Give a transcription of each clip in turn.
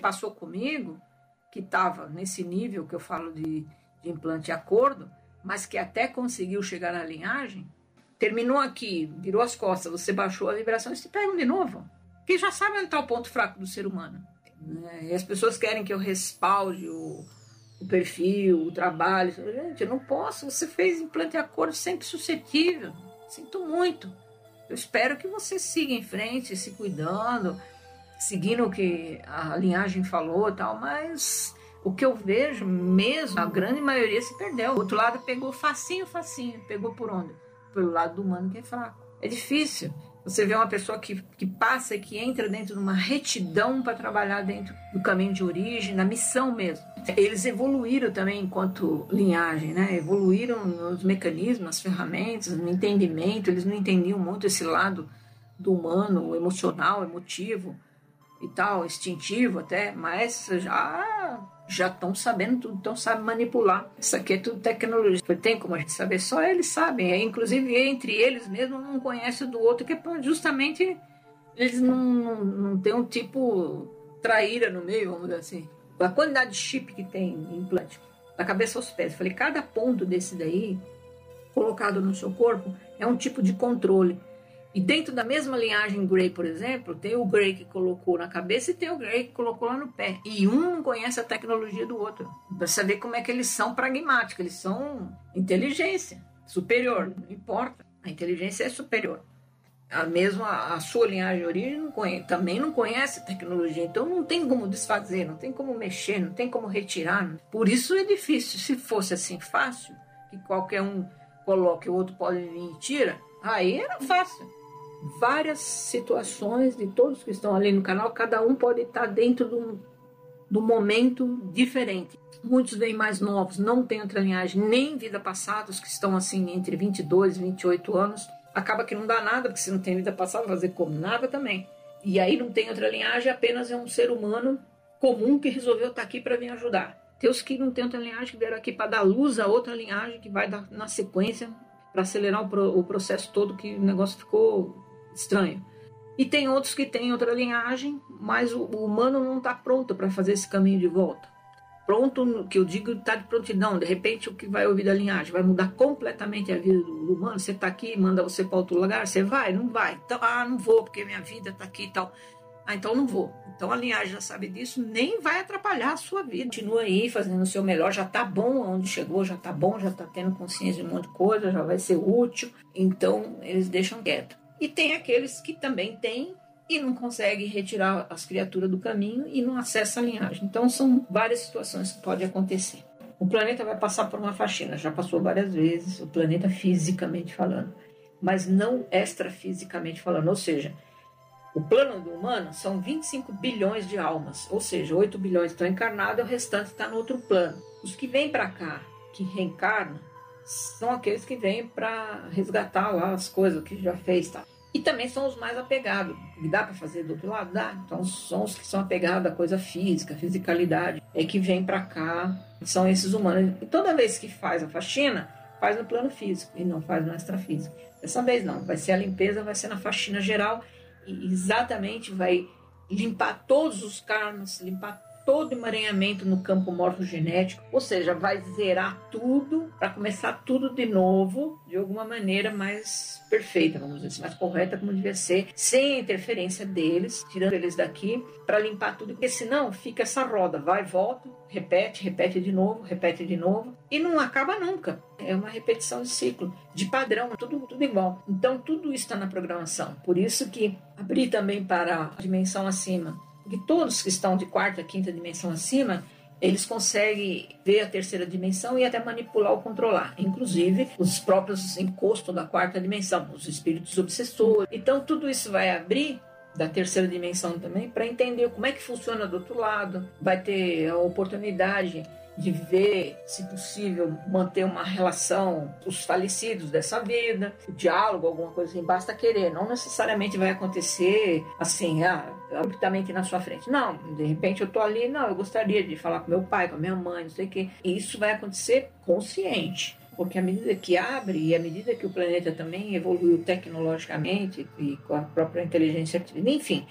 passou comigo, que estava nesse nível que eu falo de implante acordo, mas que até conseguiu chegar na linhagem, terminou aqui, virou as costas, você baixou a vibração e se pegam de novo. Porque já sabe onde está o ponto fraco do ser humano. Né? E as pessoas querem que eu respalde o perfil, o trabalho. Gente, eu não posso, você fez implante acordo sempre suscetível. Sinto muito. Eu espero que você siga em frente, se cuidando, seguindo o que a linhagem falou e tal, mas o que eu vejo mesmo, a grande maioria se perdeu. O outro lado pegou facinho. Pegou por onde? Pelo lado do humano que é fraco. É difícil. Você vê uma pessoa que passa e que entra dentro de uma retidão para trabalhar dentro do caminho de origem, na missão mesmo. Eles evoluíram também enquanto linhagem, né? Evoluíram nos mecanismos, nas ferramentas, no entendimento. Eles não entendiam muito esse lado do humano, emocional, emotivo e tal, instintivo até, mas já estão sabendo tudo, então sabem manipular. Isso aqui é tudo tecnologia. Tem como a gente saber? Só eles sabem. Inclusive, entre eles mesmo, um não conhece o do outro, que justamente eles não têm um tipo traíra no meio, vamos dizer assim. A quantidade de chip que tem em implante, da cabeça aos pés. Eu falei, cada ponto desse daí, colocado no seu corpo, é um tipo de controle. E dentro da mesma linhagem Gray, por exemplo, tem o Gray que colocou na cabeça e tem o Gray que colocou lá no pé. E um não conhece a tecnologia do outro. Para saber como é que eles são pragmáticos. Eles são inteligência superior. Não importa. A inteligência é superior. A sua linhagem de origem também não conhece a tecnologia. Então não tem como desfazer, não tem como mexer, não tem como retirar. Por isso é difícil. Se fosse assim fácil, que qualquer um coloque, o outro pode vir e tira, aí era fácil. Várias situações de todos que estão ali no canal, cada um pode estar dentro de um momento diferente. Muitos vêm mais novos, não têm outra linhagem, nem vida passada, os que estão assim entre 22 e 28 anos. Acaba que não dá nada, porque se não tem vida passada, fazer como nada também. E aí não tem outra linhagem, apenas é um ser humano comum que resolveu estar aqui para vir ajudar. Tem os que não têm outra linhagem, que vieram aqui para dar luz a outra linhagem, que vai dar na sequência, para acelerar o processo todo, que o negócio ficou estranho. E tem outros que têm outra linhagem, mas o humano não está pronto para fazer esse caminho de volta. Pronto, que eu digo, está de prontidão. De repente, o que vai ouvir da linhagem vai mudar completamente a vida do humano. Você está aqui, manda você para outro lugar, você vai? Não vai. Então, não vou, porque minha vida está aqui e tal. Então não vou. Então a linhagem já sabe disso, nem vai atrapalhar a sua vida. Continua aí fazendo o seu melhor, já tá bom onde chegou, já tá bom, já tá tendo consciência de um monte de coisa, já vai ser útil. Então eles deixam quieto. E tem aqueles que também têm e não conseguem retirar as criaturas do caminho e não acessam a linhagem. Então são várias situações que podem acontecer. O planeta vai passar por uma faxina, já passou várias vezes, o planeta fisicamente falando, mas não extrafisicamente falando, ou seja, o plano do humano são 25 bilhões de almas, ou seja, 8 bilhões estão encarnados e o restante está no outro plano. Os que vêm para cá, que reencarnam, são aqueles que vêm para resgatar lá as coisas que já fez. Tá? E também são os mais apegados. Dá para fazer do outro lado? Dá. Então são os que são apegados à coisa física, fisicalidade, é que vêm para cá, são esses humanos. E toda vez que faz a faxina, faz no plano físico e não faz no extrafísico. Dessa vez não, vai ser a limpeza, vai ser na faxina geral, e exatamente vai limpar todos os karmas, limpar todo emaranhamento no campo morfogenético, ou seja, vai zerar tudo para começar tudo de novo, de alguma maneira mais perfeita, vamos dizer assim, mais correta como devia ser, sem a interferência deles, tirando eles daqui, para limpar tudo, porque senão fica essa roda, vai e volta, repete de novo, e não acaba nunca. É uma repetição de ciclo, de padrão, tudo igual. Então tudo isso está na programação, por isso que abrir também para a dimensão acima, porque todos que estão de quarta, quinta dimensão acima, eles conseguem ver a terceira dimensão e até manipular ou controlar. Inclusive, os próprios encostos da quarta dimensão, os espíritos obsessores. Então, tudo isso vai abrir da terceira dimensão também para entender como é que funciona do outro lado. Vai ter a oportunidade de ver, se possível, manter uma relação com os falecidos dessa vida, o diálogo, alguma coisa assim, basta querer, não necessariamente vai acontecer assim, abruptamente na sua frente. Não, de repente eu tô ali, não, eu gostaria de falar com meu pai, com a minha mãe, não sei o quê. E isso vai acontecer consciente. porque à medida que abre e à medida que o planeta também evoluiu tecnologicamente e com a própria inteligência artificial, enfim,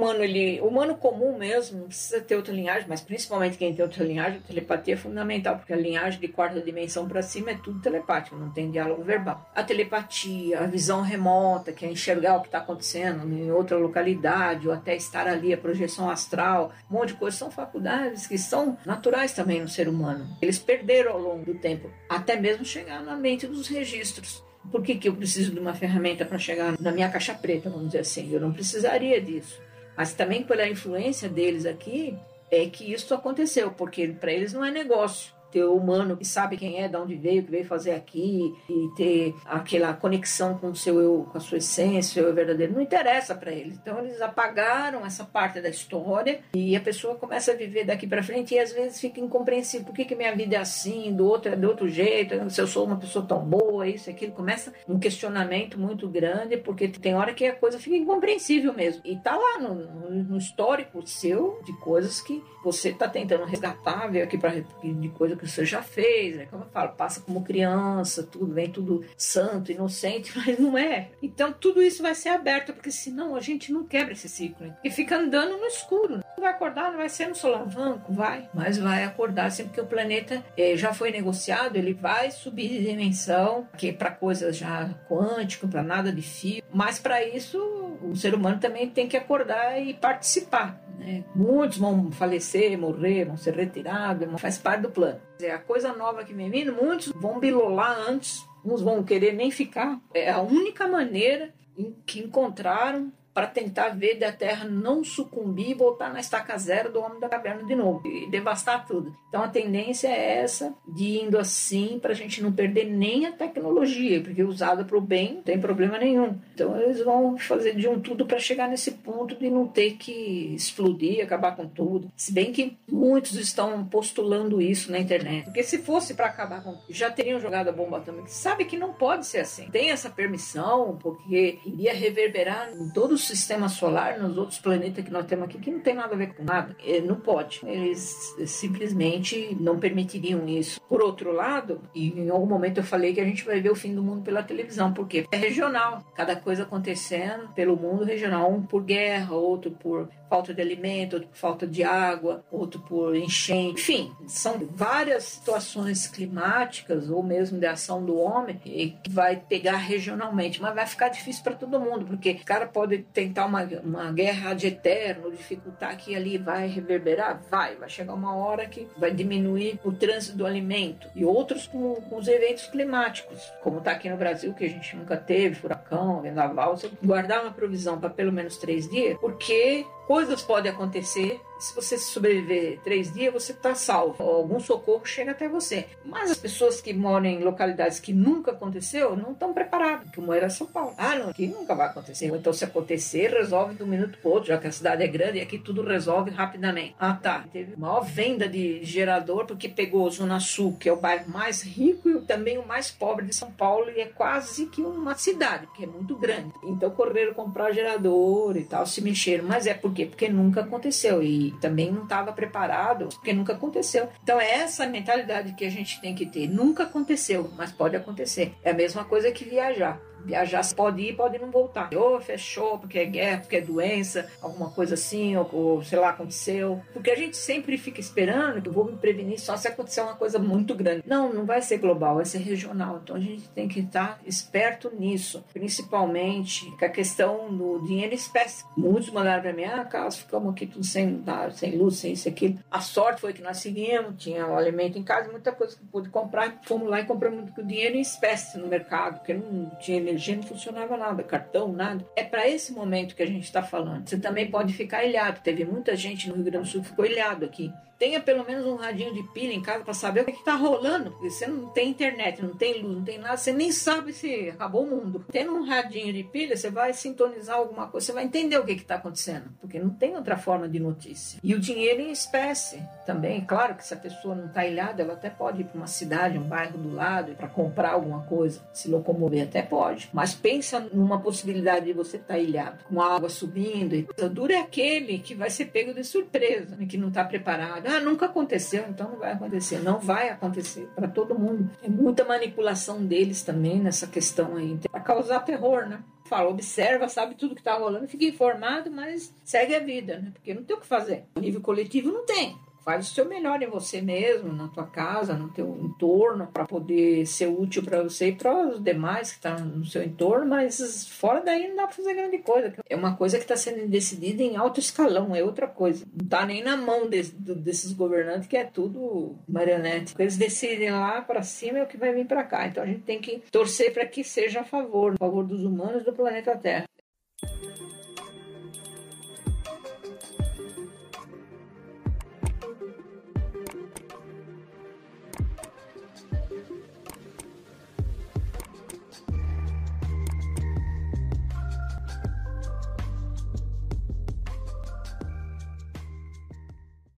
o humano comum mesmo não precisa ter outra linhagem, mas principalmente quem tem outra linhagem, a telepatia é fundamental, porque a linhagem de quarta dimensão para cima é tudo telepático, não tem diálogo verbal. A telepatia, a visão remota, que é enxergar o que está acontecendo em outra localidade, ou até estar ali, a projeção astral, um monte de coisas, são faculdades que são naturais também no ser humano. Eles perderam ao longo do tempo, até mesmo chegar na mente dos registros. Por que eu preciso de uma ferramenta para chegar na minha caixa preta, vamos dizer assim? Eu não precisaria disso. Mas também pela influência deles aqui, é que isso aconteceu, porque para eles não é negócio ter o humano que sabe quem é, de onde veio, o que veio fazer aqui, e ter aquela conexão com o seu eu, com a sua essência, o eu verdadeiro, não interessa para eles. Então eles apagaram essa parte da história e a pessoa começa a viver daqui para frente e às vezes fica incompreensível. Por que minha vida é assim, do outro é de outro jeito, se eu sou uma pessoa tão boa, isso, aquilo, começa um questionamento muito grande, porque tem hora que a coisa fica incompreensível mesmo. E tá lá no histórico seu de coisas que você está tentando resgatar, veio aqui de coisa que você já fez, né? Como eu falo, passa como criança, tudo vem tudo santo, inocente, mas não é. Então tudo isso vai ser aberto, porque senão a gente não quebra esse ciclo, né? E fica andando no escuro. Não vai acordar, não vai ser no solavanco, vai, mas vai acordar sempre que o planeta já foi negociado, ele vai subir de dimensão, que é para coisas já quânticas, para nada de fio, mas para isso o ser humano também tem que acordar e participar, né? Muitos vão falecer, morrer, vão ser retirados, faz parte do plano. A coisa nova que vem vindo, muitos vão bilolar antes, uns vão querer nem ficar. É a única maneira que encontraram para tentar ver da Terra não sucumbir e voltar na estaca zero do Homem da Caverna de novo e devastar tudo. Então a tendência é essa, de indo assim para a gente não perder nem a tecnologia, porque usada para o bem não tem problema nenhum. Então eles vão fazer de tudo para chegar nesse ponto de não ter que explodir, acabar com tudo. Se bem que muitos estão postulando isso na internet, porque se fosse para acabar com tudo, já teriam jogado a bomba atômica. Sabe que não pode ser assim. Tem essa permissão, porque iria reverberar em todos sistema solar, nos outros planetas que nós temos aqui, que não tem nada a ver com nada. Não pode. Eles simplesmente não permitiriam isso. Por outro lado, e em algum momento eu falei que a gente vai ver o fim do mundo pela televisão. Por quê? É regional. Cada coisa acontecendo pelo mundo regional. Um por guerra, outro por falta de alimento, outro por falta de água, outro por enchente. Enfim, são várias situações climáticas ou mesmo de ação do homem que vai pegar regionalmente, mas vai ficar difícil para todo mundo, porque o cara pode tentar uma guerra de eterno, dificultar aqui e ali, vai reverberar? Vai chegar uma hora que vai diminuir o trânsito do alimento. E outros com os eventos climáticos, como está aqui no Brasil, que a gente nunca teve, furacão, vendaval, você guardar uma provisão para pelo menos 3 dias, porque coisas podem acontecer. Se você sobreviver 3 dias, você está salvo. Algum socorro chega até você. Mas as pessoas que moram em localidades que nunca aconteceu não estão preparadas, como era São Paulo. Não, aqui nunca vai acontecer. Então, se acontecer, resolve de um minuto para o outro, já que a cidade é grande e aqui tudo resolve rapidamente. Tá. Teve maior venda de gerador porque pegou Zona Sul, que é o bairro mais rico e também o mais pobre de São Paulo, e é quase que uma cidade, porque é muito grande. Então, correram comprar gerador e tal, se mexeram. Mas é por quê? Porque nunca aconteceu. E também não estava preparado, porque nunca aconteceu. Então é essa mentalidade que a gente tem que ter. Nunca aconteceu, mas pode acontecer. É a mesma coisa que viajar. Viajar, você pode ir, pode não voltar. Ou fechou porque é guerra, porque é doença, alguma coisa assim, ou sei lá, aconteceu. Porque a gente sempre fica esperando que eu vou me prevenir só se acontecer uma coisa muito grande. Não vai ser global, vai ser regional. Então a gente tem que estar esperto nisso. Principalmente com a questão do dinheiro em espécie. Muitos mandaram para mim, Carlos, ficamos aqui tudo sem luz, sem isso, aquilo. A sorte foi que nós seguimos, tinha o alimento em casa, muita coisa que pude comprar. Fomos lá e compramos dinheiro em espécie no mercado, porque não tinha energia, não funcionava nada, cartão, nada. É para esse momento que a gente está falando. Você também pode ficar ilhado. Teve muita gente no Rio Grande do Sul que ficou ilhado aqui. Tenha pelo menos um radinho de pilha em casa para saber o que está rolando. Porque você não tem internet, não tem luz, não tem nada, você nem sabe se acabou o mundo. Tendo um radinho de pilha, você vai sintonizar alguma coisa, você vai entender o que está acontecendo, porque não tem outra forma de notícia. E o dinheiro em espécie também. Claro que se a pessoa não está ilhada, ela até pode ir para uma cidade, um bairro do lado, para comprar alguma coisa, se locomover, até pode. lógico. Mas pensa numa possibilidade de você estar ilhado, com a água subindo. O duro é aquele que vai ser pego de surpresa, que não está preparado. Nunca aconteceu, então não vai acontecer. Não vai acontecer para todo mundo. É muita manipulação deles também nessa questão aí, para causar terror, né? Fala, observa, sabe tudo que está rolando, fica informado, mas segue a vida, né? Porque não tem o que fazer. A nível coletivo não tem. Faz o seu melhor em você mesmo, na tua casa, no teu entorno, para poder ser útil para você e para os demais que estão no seu entorno, mas fora daí não dá para fazer grande coisa. É uma coisa que está sendo decidida em alto escalão, é outra coisa. Não está nem na mão desses governantes, que é tudo marionete. Eles decidem lá para cima é o que vai vir para cá. Então a gente tem que torcer para que seja a favor dos humanos do planeta Terra.